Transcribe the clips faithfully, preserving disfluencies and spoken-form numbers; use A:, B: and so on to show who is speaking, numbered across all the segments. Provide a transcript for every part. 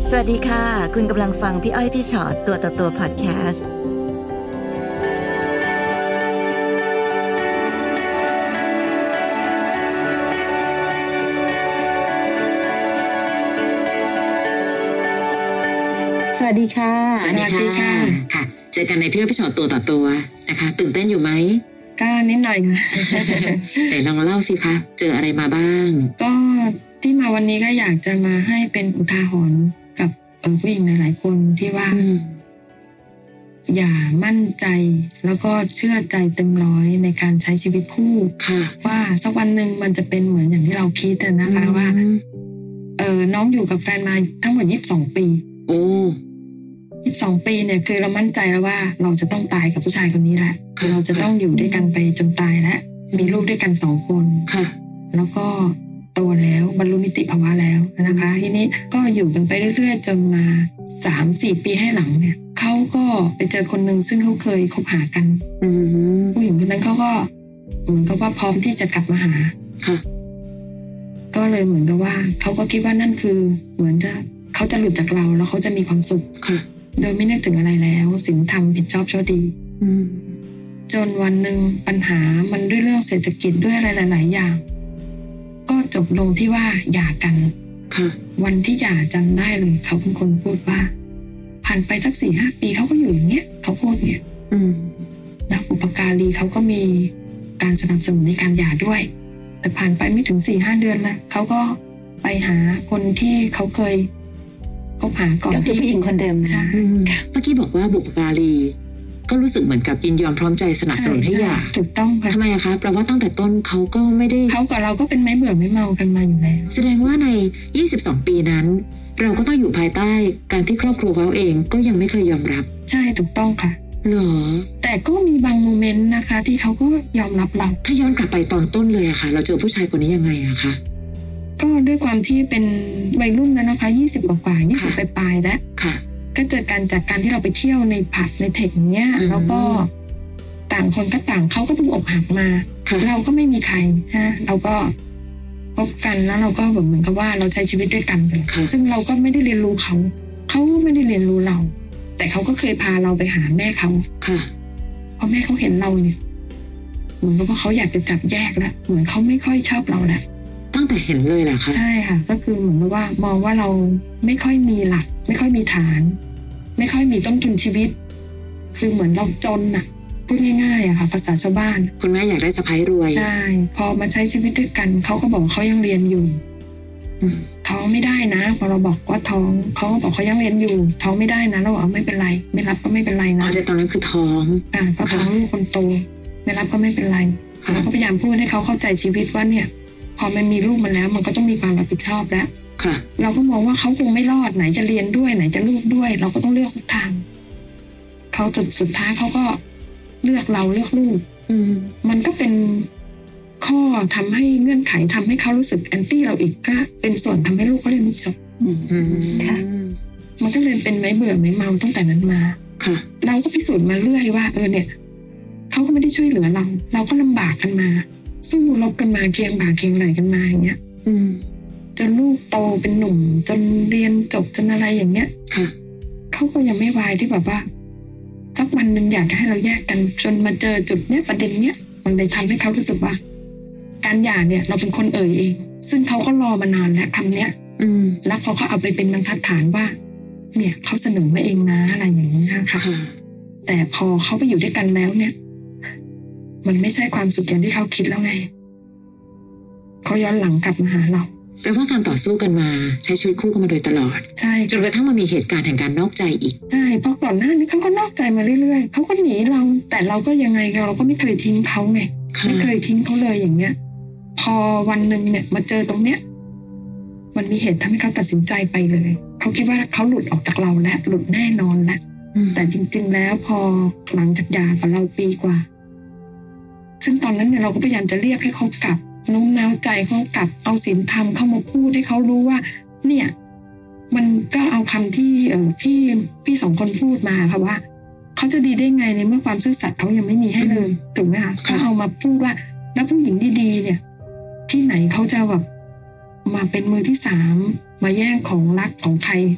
A: สวัสดีค่ะคุณกำลังฟังพี่อ้อยพี่ชอตตัวต่อตัวพอดแคสต์
B: สวัสดีค่ะ
C: สวัสดีค่ะค่ะเจอกันในพี่อ้อยพี่ชอตตัวต่อตัวนะคะตื่นเต้นอยู่ไหม
B: ก็นิดหน่อยค่ะ
C: ไหนลองเล่าสิคะเจออะไรมาบ้าง
B: ก็ที่มาวันนี้ก็อยากจะมาให้เป็นอุทาหรณ์กับผู้หญิงหลายๆคนที่ว่าอย่ามั่นใจแล้วก็เชื่อใจเต็มร้อยในการใช้ชีวิตคู่ว่าสักวันหนึ่งมันจะเป็นเหมือนอย่างที่เราคิดนะคะว่าเออน้องอยู่กับแฟนมาทั้งหมดยี่สิบสองปี
C: โอ้
B: ยี่สิบสองปีเนี่ยคือเรามั่นใจแล้วว่าเราจะต้องตายกับผู้ชายคนนี้แหละคือเราจะต้องอยู่ด้วยกันไปจนตายและมีลูกด้วยกันสองคน
C: ค่ะ
B: แล้วก็โตแล้วบรรลุนิติภาวะแล้วนะคะทีนี้ก็อยู่กันไปเรื่อยๆจนมา สามถึงสี่ ปีให้หลังเนี่ยเขาก็ไปเจอคนนึงซึ่งเขาเคยคบหากันผู้หญิงคนนั้นเขาก็เหมือนกับว่าพร้อมที่จะกลับมาหา
C: ค่ะ
B: ก็เลยเหมือนกับว่าเขาก็คิดว่านั่นคือเหมือนจะเขาจะหลุดจากเราแล้วเขาจะมีความสุข
C: ค่ะ
B: โดยไม่นึกถึงอะไรแล้วศีลธรรมผิดชอบชั่วดีจนวันหนึ่งปัญหามันด้วยเรื่องเศรษฐกิจด้วยอะไรหลายๆอย่างก็จบลงที่ว่าหย่ากันวันที่หย่าจำได้เลยเขาเป็นคนพูดว่าผ่านไปสักสี่ห้าปีเขาก็อยู่อย่างเนี้ยเขาพูดเนี่ยแล้วอุปการีเขาก็มีการสนับสนุนในการหย่าด้วยแต่ผ่านไปไม่ถึงสี่ห้าเดือนนะเขาก็ไปหาคนที่เขาเคยคบหาก่อน
A: ก็คือผู้หญิงคนเดิม
B: ใช่
C: เมื่อกี้บอกว่าบุปการีก็รู้สึกเหมือนกับยินยอมพร้อมใจสนับสนุนให้หย่า
B: ถูกต้องค่ะ
C: ทำไมอะคะแปลว่าตั้งแต่ต้นเขาก็ไม่ได้
B: เขากับเราก็เป็นไม่เบื่อไม่เมากันมาอยู่แล้ว
C: แสดงว่าในยี่สิบสองปีนั้นเราก็ต้องอยู่ภายใต้การที่ครอบครัวเขาเองก็ยังไม่เคยยอมรับ
B: ใช่ถูกต้องค่ะ
C: หรอ
B: แต่ก็มีบางโมเมนต์นะคะที่เขาก็ยอมรับเรา
C: ถ้าย้อนกลับไปตอนต้นเลยอะค่ะเราเจอผู้ชายคนนี้ยังไงอะคะ
B: ก็ด้วยความที่เป็นวัยรุ่นแล้วนะคะยี่สิบกว่าๆยี่สิบปลายๆแล้ว
C: ค่ะ
B: ก็เจอกันจากการที่เราไปเที่ยวในผับในเทคอย่างเงี้ยแล้วก็ต่างคนก็ต่างเขาก็เพิ่งอกหักมาเราก็ไม่มีใครฮะเราก็พบกันแล้วเราก็แบบเหมือนกับว่าเราใช้ชีวิตด้วยกันเลยซึ่งเราก็ไม่ได้เรียนรู้เขาเขาไม่ได้เรียนรู้เราแต่เขาก็เคยพาเราไปหาแม่เขาพอแม่เขาเห็นเราเนี่ยเหมือนกับว่าเขาอยากจะจับแยกแล้วเหมือนเขาไม่ค่อยชอบเราแล้ว
C: ตั้งแต่เห็นเลยแหละค่ะ
B: ใช่ค่ะก็คือเหมือนกับว่ามองว่าเราไม่ค่อยมีหลักไม่ค่อยมีฐานไม่ค่อยมีต้นทุนชีวิตคือเหมือนเราจนน่ะพูดง่ายๆอะค่ะภาษาชาวบ้าน
C: คุณแม่อยากได้สะใภ้รวย
B: ใช่พอมาใช้ชีวิตด้วยกันเขาก็บอกเขายังเรียนอยู่ท้องไม่ได้นะพอเราบอกว่าท้องเขาก็บอกเขายังเรียนอยู่ท้องไม่ได้นะเราบอกไม่เป็นไรไม่รับก็ไม่เป็นไรนะ
C: แต่ตอนนั้นคือท้อง
B: อ่าเพราะท้องลูกคนโตไม่รับก็ไม่เป็นไรเราก็พยายามพูดให้เขาเข้าใจชีวิตว่าเนี่ยพอมันมีลูกมาแล้วมันก็ต้องมีความรับผิดชอบแล้วเราก็มองว่าเขาคงไม่รอดไหนจะเรียนด้วยไหนจะลูกด้วยเราก็ต้องเลือกสักทางเขาจนสุดท้ายเขาก็เลือกเราเลือกลูกมันก็เป็นข้อทำให้เงื่อนไขทำให้เขารู้สึกแอนตี้เราอีกก็เป็นส่วนทำให้ลูกเขาเรียนไม่จบค่ะมันก็เลยเป็นไม่เบื่อไม่เมาตั้งแต่นั้นมาเราก็พิสูจน์มาเรื่อยว่าเออเนี่ยเขาก็ไม่ได้ช่วยเหลือเราเราก็ลำบากกันมาสู้รบกันมาเคียงบ่าเคียงไหลกันมาอย่างเงี้ยจนลูกโตเป็นหนุ่มจนเรียนจบจนอะไรอย่างเงี้ยเขาก็ยังไม่วายที่แบบว่าสักวันหนึ่งอยากจะให้เราแยกกันจนมาเจอจุดเนี้ยประเด็นเนี้ยมันเลยทำให้เขารู้สึกว่าการหย่าเนี่ยเราเป็นคนเอ่ยเองซึ่งเขาก็รอมานานแล้วคำเนี้ยแล้วเขาก็เอาไปเป็นบรรทัดฐานว่าเนี่ยเขาเสนอมาเองนะอะไรอย่างนี้ค่ะแต่พอเขาไปอยู่ด้วยกันแล้วเนี่ยมันไม่ใช่ความสุขอย่างที่เขาคิดแล้วไงเขาย้อนหลังกลับมาหาเรา
C: แปลว่าการต่อสู้กันมาใช้ชีวิตคู่กันมาโดยตลอด
B: ใช่
C: จนกระทั่งมามีเหตุการณ์แห่งการนอกใจอีก
B: ใช่เพราะก่อนหน้านี้เขาก็นอกใจมาเรื่อยๆเขาก็หนีเราแต่เราก็ยังไงเราก็ไม่เคยทิ้งเขาไงไม่เคยทิ้งเขาเลยอย่างเงี้ยพอวันหนึ่งเนี่ยมาเจอตรงเนี้ยมันมีเหตุทำให้เขาตัดสินใจไปเลยเขาคิดว่าเขาหลุดออกจากเราแล้วหลุดแน่นอนแล้วแต่จริงๆแล้วพอหลังจากหย่ากับเราปีกว่าซึ่งตอนนั้นเนี่ยเราก็พยายามจะเรียกให้เขากลับโน้มน้าวใจเขากลับเอาศีลธรรมเข้ามาพูดให้เขารู้ว่าเนี่ยมันก็เอาคำที่เออที่พี่สองคนพูดมาค่ะว่าเขาจะดีได้ไงในเมื่อความซื่อสัตย์เขายังไม่มีให้เลยถูกไหมคะเขาเอามาพูดว่าแล้วผู้หญิงดีๆเนี่ยที่ไหนเขาจะแบบมาเป็นมือที่สามมาแย่งของรักของใคร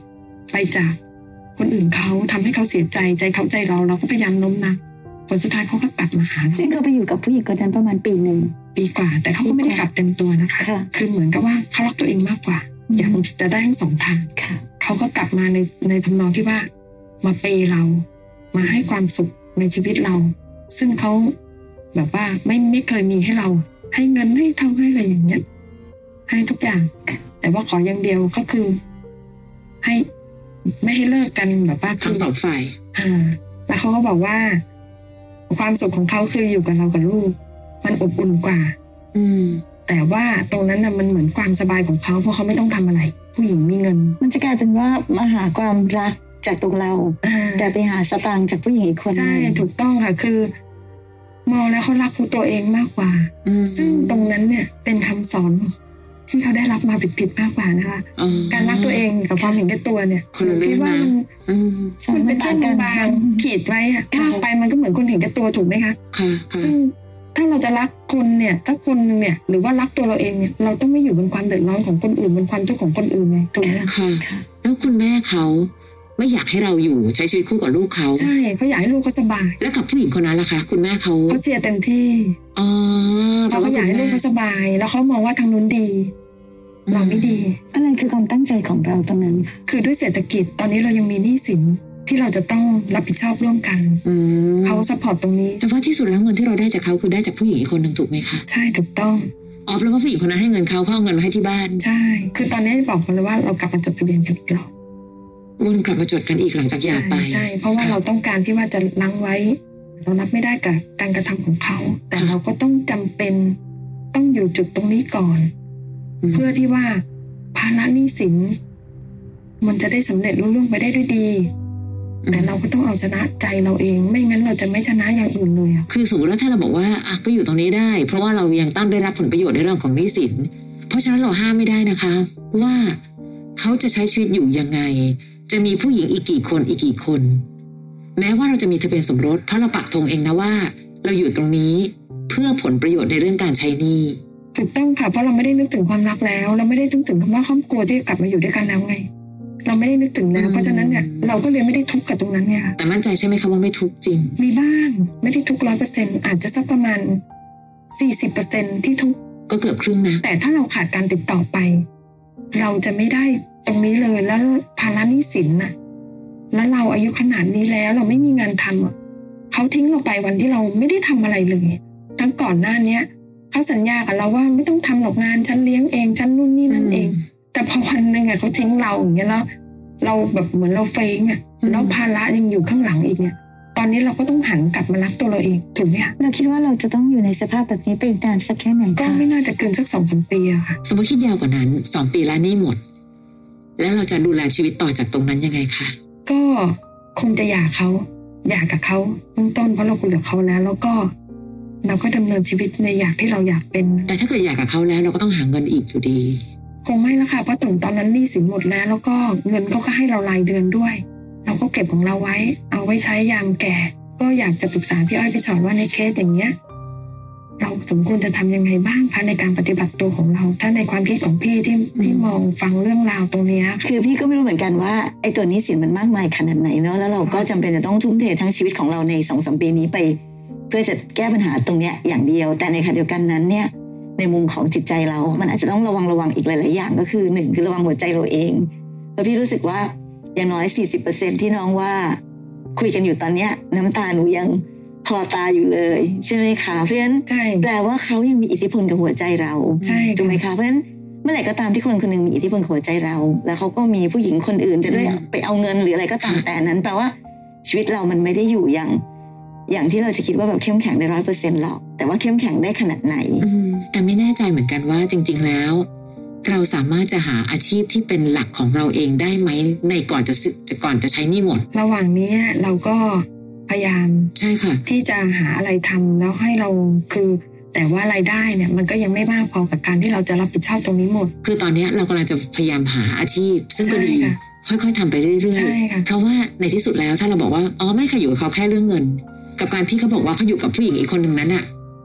B: ไปจากคนอื่นเขาทำให้เขาเสียใจใจเขาใจเราเราก็พยายามโน้มน้าวผลสุดท้ายเขาก็กลับมาหา
A: ซึ่งเขาไปอยู่กับผู้หญิงคนนั้นประมาณปีหนึ่ง
B: ปีกว่าแต่เขาก็ไม่ได้กลับเต็มตัวนะคะคือเหมือนกับว่าเขารักตัวเองมากกว่าอยากจะได้ทั้งสองทางเขาก็กลับมาในในทำนองที่ว่ามาเปย์เรามาให้ความสุขในชีวิตเราซึ่งเขาแบบว่าไม่ไม่เคยมีให้เราให้เงินให้ทองให้อะไรอย่างเงี้ยให้ทุกอย่างแต่ว่าขออย่างเดียวก็คือให้ไม่ให้เลิกกันแบบว่า
C: ทั้งสองฝ่าย
B: อ่าแล้วเขาก็บอกว่าความสุขของเขาคืออยู่กับเรากับลูกมันอบอุ่นกว่า
C: อืม
B: แต่ว่าตรงนั้นน่ะมันเหมือนความสบายของเขาเพราะเขาไม่ต้องทำอะไรผู้หญิงมีเงิน
A: มันจะกลายเป็นว่ามาหาความรักจากตรงเราแต่ไปหาสตางค์จากผู้หญิงอีกคน
B: ใช่ถูกต้องค่ะคือมองแล้วเขารักตัวเองมากกว่าซึ่งตรงนั้นเนี่ยเป็นคำสอนที่เขาได้รับมาผิดๆมากกว่านะคะการรักตัวเองกับความเห็นแก่ตัวเนี่ยคิดว่ามันมันเป็นเส้นบางๆขีดไว้อะมองไปมันก็เหมือนคนเห็นแก่ตัวถูกไหมคะซึ่งถ้าเราจะรักคนเนี่ยถ้าคนเนี่ยหรือว่ารักตัวเราเองเนี่ยเราต้องไม่อยู่บนความเดือดร้อนของคนอื่นบนความทุกข์ของคนอื่นไงถูกไหม
C: ค่ะแล้วคุณแม่เขาไม่อยากให้เราอยู่ใช้ชีวิตคู่กับลูกเขา
B: ใช่เขาอยากให้ลูกเขาสบาย
C: แล้วกับผู้หญิงคนนั้นล่ะคะคุณแม่เขา
B: เขาเชียร์เต็มที่
C: อ๋อ
B: เขาอยากให้ลูกเขาสบายแล้วเขามองว่าทางนู้นดีเราไม่ดี
A: อะไรคือความตั้งใจของเราตรงนั้น
B: คือด้วยเศรษฐกิจตอนนี้เรายังมีหนี้สินที่เราจะต้องรับผิดชอบร่วมกันเขาซัพพอร์ตตรงนี้
C: แต่ว่าที่สุดแล้วเงินที่เราได้จากเขาคือได้จากผู้หญิงอีกคนหนึ่งถูกไหมคะ
B: ใช่ถูกต้อง
C: อ๋อแล้วว่าผู้หญิงคนนั้นให้เงินเขาเขาเอาเงินมาให้ที่บ้าน
B: ใช่คือตอนนี้บอกกันเลยว่าเรากลับมาจดทะเบียนกันอีกรอบ
C: วนกลับมาจดกันอีกหลังจากหย่าไป
B: ใช่เพราะว่าเราต้องการที่ว่าจะล้างไว้เรารับไม่ได้กับการกระทำของเขาแต่เราก็ต้องจำเป็นต้องอยู่จุดตรงนี้ก่อนเพื่อที่ว่าภาระหนี้สินมันจะได้สำเร็จรุ่ล่วงไปได้ด้วยดีแต่เราก็ต้องเอาชนะใจเราเองไม่งั้นเราจะไม่ชนะอย่างอื่นเลยอ่ะ
C: คือสมมติว่าถ้าเราบอกว่าอ่ะก็อยู่ตรงนี้ได้เพราะว่าเรายังต้องได้รับผลประโยชน์ในเรื่องของหนี้สินเพราะฉะนั้นเราห้ามไม่ได้นะคะว่าเขาจะใช้ชีวิตอยู่ยังไงจะมีผู้หญิงอีกกี่คนอีกกี่คนแม้ว่าเราจะมีทะเบียนสมรสเพราะเราปักธงเองนะว่าเราอยู่ตรงนี้เพื่อผลประโยชน์ในเรื่องการใช้หนี้
B: ถูกต้องค่ะเพราะเราไม่ได้นึกถึงความรักแล้วเราไม่ได้นึกถึงคำว่าครอบครัวที่กลับมาอยู่ด้วยกันแล้วไงเราไม่ได้นึกถึงแล้วเพราะฉะนั้นเนี่ยเราก็เลยไม่ได้ทุกข์กับตรงนั้นเนี่ย
C: แต่มั่นใจใช่ไหมคะว่าไม่ทุกข์จริง
B: มีบ้างไม่ได้ทุกข์ร้อยเปอร์เซ็นต์อาจจะสักประมาณสี่สิบเปอร์เซ็นต์ที่ทุกข์
C: ก็เกือบครึ่งนะ
B: แต่ถ้าเราขาดการติดต่อไปเราจะไม่ได้ตรงนี้เลยแล้วภาระหนี้สินน่ะแล้วเราอายุขนาดนี้แล้วเราไม่มีงานทำอ่ะเขาทิ้งเราไปวันที่เราไม่ได้ทำอะไรเลยทั้งก่อนหน้านี้เขาสัญญากับเราว่าไม่ต้องทำหรอกงานฉันเลี้ยงเองฉันนู่นนี่นั่นเองแต่พอวันหนึ่งอ่ะเขาทิ้งเราอย่างเงี้ยแล้วเราแบบเหมือนเราเฟ้งอ่ะแล้วภาระยังอยู่ข้างหลังอีกเนี่ยตอนนี้เราก็ต้องหันกลับมารักตัวเราเองถูกไหมคะ
A: เราคิดว่าเราจะต้องอยู่ในสภาพแบบนี้ไปอีกนานสักแค่ไหน
B: ก็ไม่น่าจะเกินสักสองสามปีอะค่ะ
C: สมมติคิดยาวกว่านั้นสองปีแล้วนี่หมดแล้วเราจะดูแลชีวิตต่อจากตรงนั้นยังไงคะ
B: ก็คงจะหย่าเขาหย่ากับเขาเบื้องต้นเพราะเราคุยกับเขาแล้วแล้วก็เราก็ดำเนินชีวิตในอย่างที่เราอยากเป็น
C: แต่ถ้าเกิดอยากกับเขาแล้วเราก็ต้องหาเงินอีกอยู่ดี
B: คงไม่ละค่ะเพราะถึงตอนนั้นหนี้สินหมดแล้วแล้วก็เงินเขาก็ให้เรารายเดือนด้วยเราก็เก็บของเราไว้เอาไว้ใช้ยามแก่ก็อยากจะปรึกษาพี่อ้อยพี่ชอตว่าในเคสอย่างเงี้ยเราสมควรจะทำยังไงบ้างคะในการปฏิบัติตัวของเราถ้าในความคิดของพี่ที่ที่มองฟังเรื่องราวตรงนี้
A: คือพี่ก็ไม่รู้เหมือนกันว่าไอ้ตัวหนี้สินมันมากมายขนาดไหนเนาะแล้วเราก็จำเป็นจะต้องทุ่มเททั้งชีวิตของเราใน สองถึงสาม ปีนี้ไปเพื่อจะแก้ปัญหาตรงเนี้ยอย่างเดียวแต่ในขณะเดียวกันนั้นเนี่ยในมุมของจิตใจเรามันอาจจะต้องระวังระวังอีกหลายๆอย่างก็คือหนึ่งคือระวังหัวใจเราเองแล้วพี่รู้สึกว่าอย่างน้อย สี่สิบเปอร์เซ็นต์ ที่น้องว่าคุยกันอยู่ตอนเนี้ยน้ำตาหนูยังคลอตาอยู่เลยใช่ไหมคะเพราะฉะนั้นแปลว่าเขายังมีอิทธิพลกับหัวใจเราถูกไหมคะเพราะฉะนั้นเมื่อไหร่ก็ตามที่คนคนนึงมีอิทธิพลกับหัวใจเราแล้วเขาก็มีผู้หญิงคนอื่นจะด้วยไปเอาเงินหรืออะไรก็ตามแต่นั้นแปลว่าชีวิตเรามันไม่ได้อยู่อย่างอย่างที่เราจะคิดว่าแบบเข้มแข็งได้ร้อยเปอร์เซ็นต์หรอกแต่ว่าเข้มแข็งได้ขนาดไหน
C: แต่ไม่แน่ใจเหมือนกันว่าจริงๆแล้วเราสามารถจะหาอาชีพที่เป็นหลักของเราเองได้ไหมในก่อนจะจะก่อนจะใช้หนี้หมด
B: ระหว่างนี้เราก็พยายาม
C: ใช่ค่ะ
B: ที่จะหาอะไรทำแล้วให้เราคือแต่ว่ารายได้เนี่ยมันก็ยังไม่มากพอกับการที่เราจะรับผิดชอบตรงนี้หมด
C: คือตอนนี้เรากำลังจะพยายามหาอาชีพซึ่งก็ดีค่อยๆทำไปเรื่อยๆเพราะว่าในที่สุดแล้วถ้าเราบอกว่าอ๋อไม่ค่ะอยู่กับเขาแค่เรื่องเงินกับการที่เขาบอกว่าเขาอยู่กับผู้หญิงอีกคนหนึ่งนั้นอ่ะ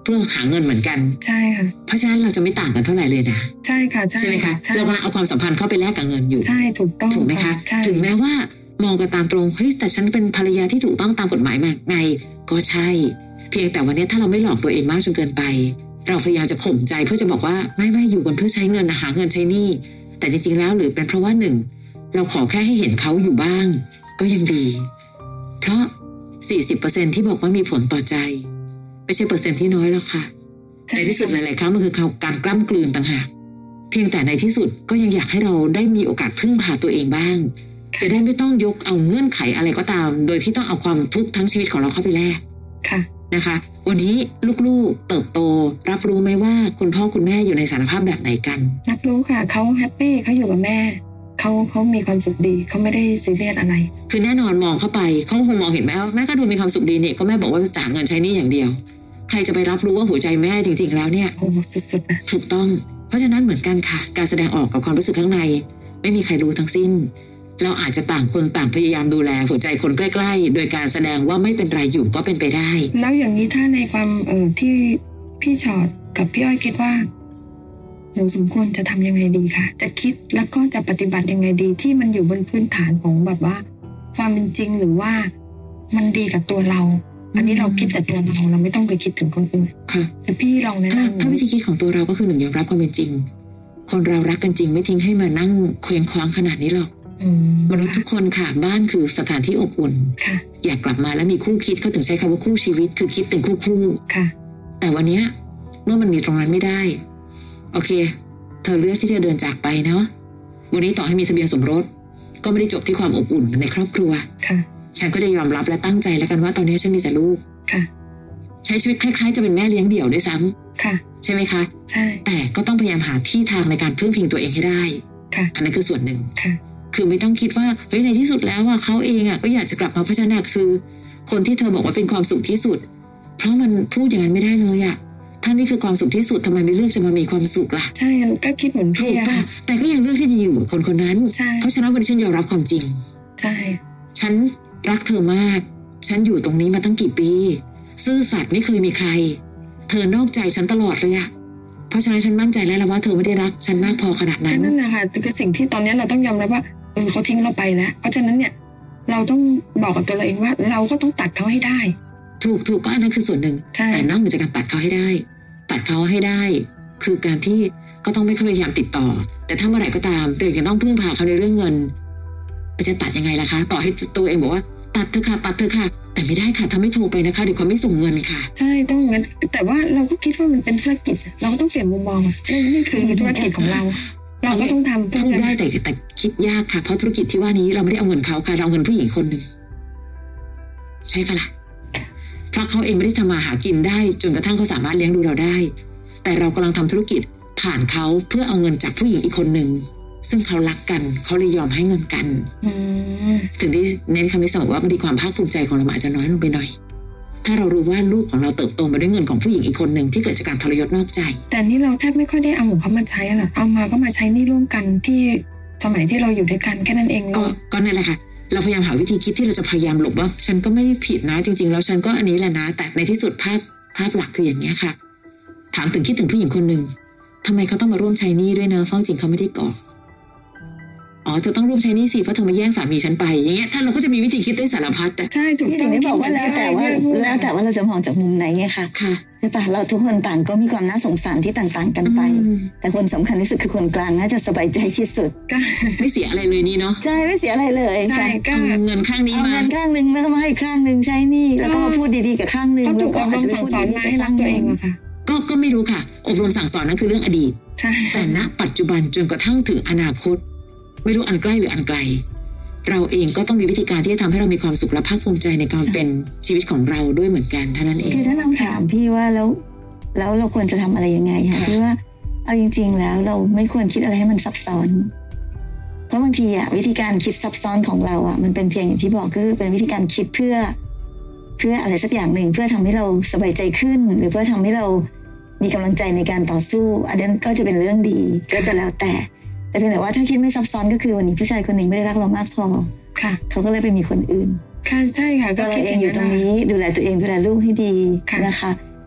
C: เพื่อหาเงินเหมือนกัน
B: ใช่ค่ะ
C: เพราะฉะนั้นเราจะไม่ต่างกันเท่าไหร่เลยนะ
B: ใช่ค่ะใช่
C: ไหมคะเรากำลังเอาความสัมพันธ์เข้าไปแลกกับเงินอยู่
B: ใช่ถูกต้อง
C: ถูกไหมคะถึงแม้ว่ามองกันตามตรงเฮ้ยแต่ฉันเป็นภรรยาที่ถูกต้องตามกฎหมายมาไงก็ใช่เพียงแต่วันนี้ถ้าเราไม่หลอกตัวเองมากจนเกินไปเราพยายามจะข่มใจเพื่อจะบอกว่าไม่ไม่อยู่กันเพื่อใช้เงินหาเงินใช้หนี้แต่จริงๆแล้วหรือเป็นเพราะว่าหนึ่งเราขอแค่ให้เห็นเขาอยู่บ้างก็ยังดีเพราะ สี่สิบเปอร์เซ็นต์ ที่บอกว่ามีผลต่อใจไม่ใช่เปอร์เซ็นต์ที่น้อยแล้วค่ะในที่สุดหลายๆครั้งมันคือการกล้ำกลืนต่างหากเพียงแต่ในที่สุดก็ยังอยากให้เราได้มีโอกาสพึ่งพาตัวเองบ้างจะได้ไม่ต้องยกเอาเงื่อนไขอะไรก็ตามโดยที่ต้องเอาความทุกข์ทั้งชีวิตของเราเข้าไปแลกนะคะวันนี้ลูกๆเติบโตรับรู้ไหมว่าคุณพ่อคุณแม่อยู่ในสถานภาพแบบไหนกัน
B: รับรู้ค่ะเขาแฮปปี้เขาอยู่กับแม่เขาเขามีความสุขดีเขาไม่ได้ซีเรียสอะไร
C: คือแน่นอนมองเข้าไปเขาคงมองเห็นแม่ว่าแม่ก็ดูมีความสุขดีเนี่ยก็แม่บอกว่าจ่ายเงินใช้หนี้อย่างเดียวใครจะไปรับรู้ว่าหัวใจแม่จริงๆแล้วเนี่ย
B: โอ้สุดๆนะ
C: ถูกต้องเพราะฉะนั้นเหมือนกันค่ะการแสดงออกกับความรู้สึกข้างในไม่มีใครรู้ทั้งสิ้นเราอาจจะต่างคนต่างพยายามดูแลหัวใจคนใกล้ๆโดยการแสดงว่าไม่เป็นไรอยู่ก็เป็นไปได้
B: แล้วอย่างนี้ถ้าในความเออที่พี่ชอตกับพี่อ้อยคิดว่าหนูสมควรจะทำยังไงดีคะจะคิดแล้วก็จะปฏิบัติยังไงดีที่มันอยู่บนพื้นฐานของแบบว่าความเป็นจริงหรือว่ามันดีกับตัวเราอันนี้เราคิดแต่ตัวเราเราไม่ต้องไปคิดถึงคนอื่น
C: ค่ะ
B: แต่พี่ลองแนะนำ
C: ถ้าวิธีคิดของตัวเราก็คือหนึ่งยอมรับความเป็นจริงคนเรารักกันจริงไม่ทิ้งให้มานั่งเคว้งคว้างขนาดนี้หรอกมนุษย์ทุกคนค่ะบ้านคือสถานที่อบอุ่นอยากกลับมาแล้วมีคู่คิดเขาถึงใช้คำว่าคู่ชีวิตคือคิดเป็นคู่คู่แต่วันนี้เมื่อมันมีตรงนั้นไม่ได้โอเคเธอเลือกที่จะเดินจากไปเนาะวันนี้ต่อให้มีทะเบียนสมรสก็ไม่ได้จบที่ความอบอุ่นในครอบครัวฉันก็จะยอมรับและตั้งใจแล้วกันว่าตอนนี้ฉันมีแต่ลูกใช้ชีวิตคล้ายๆจะเป็นแม่เลี้ยงเดี่ยวด้วยซ้ำใช่ไหมคะ
B: ใช่
C: แต่ก็ต้องพยายามหาที่ทางในการพึ่งพิงตัวเองให้ได้อันนั้นคือส่วนหนึ่งคือไม่ต้องคิดว่าเฮ้ยในที่สุดแล้วว่าเขาเองอ่ะก็อยากจะกลับมาพัฒนาคือคนที่เธอบอกว่าเป็นความสุขที่สุดเพราะมันพูดอย่างนั้นไม่ได้เลยอ่ะถ้านี่คือความสุขที่สุดทำไมไม่เลือกจะมามีความสุขล่ะ
B: ใช่ก็คิดเหมือนพี่
C: อะแต่ก็ยังเลือกที่จะอยู่กับคนคนนั้นเพราะฉะนั้นวันนี้ฉันยอมรับความจริง
B: ใช่
C: ฉันรักเธอมากฉันอยู่ตรงนี้มาตั้งกี่ปีซื่อสัตย์ไม่เคยมีใครเธอนอกใจฉันตลอดเลยอะเพราะฉะนั้นฉันมั่นใจแล้วว่าเธอไม่ได้รักฉันมากพอขนาดนั้น
B: นั่นแหละค่ะคือสิ่งที่ตอนนี้เราต้องยอมรับว่าเออเขาทิ้งเราไปแล้วเพราะฉะนั้นเนี่ยเราต้องบอกกับตัวเราเองว่าเราก็ต้องตัดเขาให้ได้
C: ถูกถูกก็อันนั้นคือส่วนหนึ่งแต่นอกจากการตัดเขาให้ได้ตัดเขาให้ได้คือการที่ก็ต้องไม่พยายามติดต่อแต่ถ้าเมื่อไหร่ก็ตามตัวเองยังต้องพึ่งพาเขาในเรื่องเงินจะตัดยังไงล่ะคะต่อให้ตัวเองบอกว่าตัดเถอะค่ะตัดเถอะค่ะแต่ไม่ได้ค่ะถ้าไม่โทรไปนะคะเดี๋ยวเขาไม่ส่งเงินค่ะ
B: ใช่ต้องงั้นแต่ว่าเราก็คิดว่ามันเป็นธุรกิจเราก็ต้องเปลี่ยนมุมมองนี่นี่คือธุรกิจของเราเราก็ต้องทำ
C: พูดได้แต่แต่คิดยากค่ะเพราะธุรกิจที่ว่านี้เราไม่ได้เอาเงินเขาค่ะเราเอาเงินผู้หญิงคนหนึ่งใช่ปะล่ะเพราะเขาเองไม่ได้ทำมาหากินได้จนกระทั่งเขาสามารถเลี้ยงดูเราได้แต่เรากำลังทำธุรกิจผ่านเขาเพื่อเอาเงินจากผู้หญิงอีกคนหนึ่งซึ่งเขารักกันเขาเลยยอมให้เงินกันถึงได้เน้นคำที่สองว่าบางทีความภาคภูมิใจของเราอาจจะน้อยลงไปหน่อยถ้าเรารู้ว่าลูกของเราเติบโตมาด้วยเงินของผู้หญิงอีกคนหนึ่งที่เกิดจากการทรยศนอกใจ
B: แต่นี่เราแทบไม่ค่อยได้เอาของเขามาใช้หรอกเอามาก็มาใช้นี่ร่วมกันที่สมัยที่เราอยู่ด้วยกันแค่นั้นเอง
C: ก็ก็นั่นแหละค่ะเราพยายามหาวิธีคิดที่เราจะพยายามหลบว่าฉันก็ไม่ได้ผิดนะจริงๆแล้วฉันก็อันนี้แหละนะแต่ในที่สุดภาพภาพหลักคืออย่างนี้ค่ะถามถึงคิดถึงผู้หญิงคนหนึ่งทำไมเขาต้องมาร่วมใช้หนี้ด้วยเนอะเพราะจริงเขาไม่ได้ก่ออ๋อเธอต้องร่วมใช้หนี้สิเพราะเธอมาแย่งสามีฉันไปอย่างเงี้ยถ้าเราก็จะมีวิธีคิดได้สารพัด
B: ใช่ถูกต้อง
A: ที่บอกว่าแล้วแต่ว่าแล้วแต่ว่าเราจะมองจากมุมไหนไงค่ะ
C: ค่ะ
A: ใช่ปะเราทุกคนต่างก็มีความน่าสงสารที่ต่างๆกันไปแต่คนสำคัญที่สุดคือคนกลางน่าจะสบายใจที่สุด
C: ไม่เสียอะไรเลยนี่เนาะ
A: ใช่ไม่เสียอะไรเลย
B: ใช่ก็
C: เงินข้างนี้
A: มาเอาเงินข้างนึงแล้วมาให้ข้างนึงใช้หนี้แล้วก็มาพูดดีๆกับข้างนึง
B: แล้วก็อาจจะสั่งสอนมาให้รักตัวเองอะค่ะ
C: ก็ก็ไม่รู้ค่ะอบรมสั่งสอนนั่นคือเรื่องอดีตแต่ณปัจจุบันจนกระทั่งถึงอนาคตไม่รู้อันใกล้หรืออันไกลเราเองก็ต้องมีวิธีการที่จะทำให้เรามีความสุขและภาคภูมิใจในการเป็นชีวิตของเราด้วยเหมือนกันเท่านั้นเอง
A: คือถ้าเราถามพี่ว่าแล้วแล้วเราควรจะทำอะไรยังไงคะพี่ว่าเอาจริงๆแล้วเราไม่ควรคิดอะไรให้มันซับซ้อนเพราะบางทีอะวิธีการคิดซับซ้อนของเราอะมันเป็นเพียงอย่างที่บอกคือเป็นวิธีการคิดเพื่อเพื่ออะไรสักอย่างหนึ่งเพื่อทำให้เราสบายใจขึ้นหรือเพื่อทำให้เรามีกำลังใจในการต่อสู้อันนั้นก็จะเป็นเรื่องดีก็จะแล้วแต่แต่เพียงแต่ว่าถ้าคิดไม่ซับซ้อนก็คือวันนี้ผู้ชายคนหนึ่งไม่ได้รักเรามากพอ
B: ค่ะ
A: เขาก็เลยไปมีคนอื่น
B: ค่ะใช่ค่ะ
A: ก็เราเองอยู่ตรงนี้ดูแลตัวเองดูแลลูกให้ดีนะคะ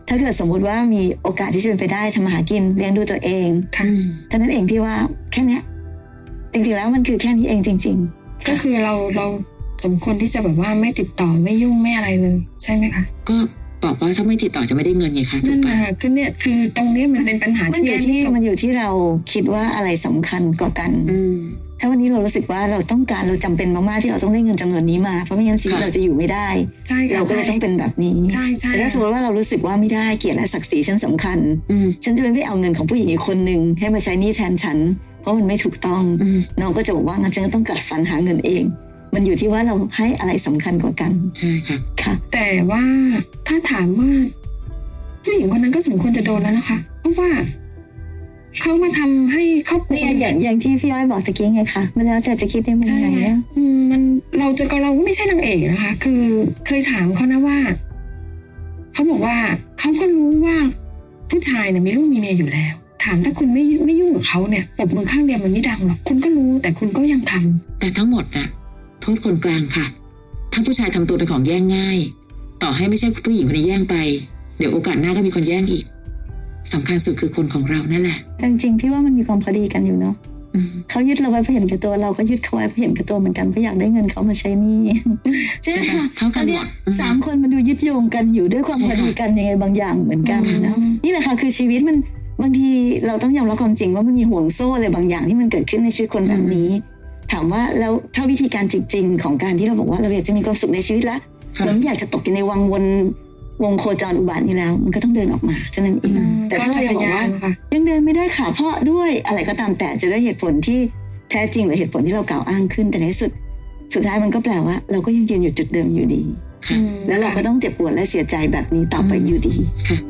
A: ถ้าเกิดสมมุติว่ามีโอกาสที่จะเป็นไปได้ทำมาหากินเลี้ยงดูตัวเองเท่านั้นเองที่ว่าแค่นี้จริงๆแล้วมันคือแค่นี้เองจริงๆ
B: ก็คือเราเราสมควรที่จะแบบว่าไม่ติดต่อไม่ยุ่งไม่อะไรเลยใช่ไหมคะ
C: ก็บอกว่าถ้าไม่ติดต่อจะไม่ได้เงินไงคะ
B: นั่นแหละคือเนี่ยคือตรงนี้มันเป็นปัญหา
A: มันอยู่ที่มันอยู่ที่เราคิดว่าอะไรสำคัญกว่ากันถ้าวันนี้เรารู้สึกว่าเราต้องการเราจำเป็นมากๆที่เราต้องได้เงินจำนวนนี้มาเพราะไม่งั้นชีวิตเราจะอยู่ไม่ได้เราก็เลยต้องเป็นแบบนี้แต่ถ้าสมมติว่าเรารู้สึกว่าไม่ได้เกียรติและศักดิ์ศรีฉันสำคัญฉันจะไม่เอาเงินของผู้หญิงอีกคนนึงให้มาใช้หนี้แทนฉันเพราะมันไม่ถูกต้องน้องก็จะบอกว่างั้นฉันต้องกัดฟันหาเงินเองมันอยู่ที่ว่าเราให้อะไรสำคัญกว่ากัน
C: ใช่ค่ะ
B: ค่ะแต่ว่าถ้าถามว่าผู้หญิงคนนั้นก็สมควรจะโดนแล้วนะคะเพราะว่าเขามาทำให้ครอบครัว
A: เนี่ยอย่างอย่างที่พี่อ้อยบอกตะกี้ไงคะมันแล้วแต่จะคิดได้มุมไหนเนี่ย
B: มันเราจะก็เราไม่ใช่นางเอกนะคะคือเคยถามเขานะว่าเขาบอกว่าเขาก็รู้ว่าผู้ชายเนี่ยมีลูกมีเมียอยู่แล้วถามถ้าคุณไม่ไม่ยุ่งกับเขาเนี่ยปรบมือข้างเดียวมันไม่ดังหรอกคุณก็รู้แต่คุณก็ยังทำ
C: แต่ทั้งหมดน่ะโทษคนกลางค่ะถ้าผู้ชายทำตัวเป็นของแย่งง่ายต่อให้ไม่ใช่ผู้หญิงคนนี้แย่งไปเดี๋ยวโอกาสหน้าก็มีคนแย่งอีกสำคัญสุดคือคนของเรานั่นแหละ
A: จริงๆพี่ว่ามันมีความพอดีกันอยู่เนาะเขายึดเราไว้เพราะเห็นแก่ตัวเราก็ยึดเขาไว้เพราะเห็นแก่ตัวเหมือนกันเพราะอยากได้เงินเขามาใช้หนี้ใช่ค่ะ
C: เท่ากันหมด
A: สามคนมันดูยึดโยงกันอยู่ด้วยความพอดีกันยังไงบางอย่างเหมือนกันนะนี่แหละค่ะคือชีวิตมันบางทีเราต้องยอมรับความจริงว่ามันมีห่วงโซ่อะไรบางอย่างที่มันเกิดขึ้นในชีวิตคนแบบนี้ถามว่าแล้วถ้าวิธีการจริงๆของการที่เราบอกว่าเราอยากจะมีความสุขในชีวิตแล้วเราไม่อยากจะตกอยู่ในวังวนวงโคจรอุบาทนี้แล้วมันก็ต้องเดินออกมาเท่านั้นเองแต่ถ้าเราบอกว่ายังเดินไม่ได้ค่ะเพราะด้วยอะไรก็ตามแต่จะด้วยเหตุผลที่แท้จริงหรือเหตุผลที่เรากล่าวอ้างขึ้นแต่ในสุดสุดท้ายมันก็แปลว่าเราก็ยังยืนอยู่จุดเดิมอยู่ดีแล้วเราก็ต้องเจ็บปวดและเสียใจแบบนี้ต่อไปอยู่ดี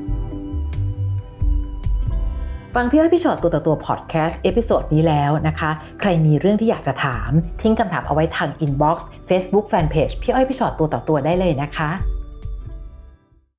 D: ฟังพี่อ้อยพี่ชอตตัวต่อตัวพอดแคสต์เอพิโซดนี้แล้วนะคะใครมีเรื่องที่อยากจะถามทิ้งคำถามเอาไว้ทางอินบ็อกซ์ Facebook Fanpage พี่อ้อยพี่ชอตตัวต่อตัวได้เลยนะคะ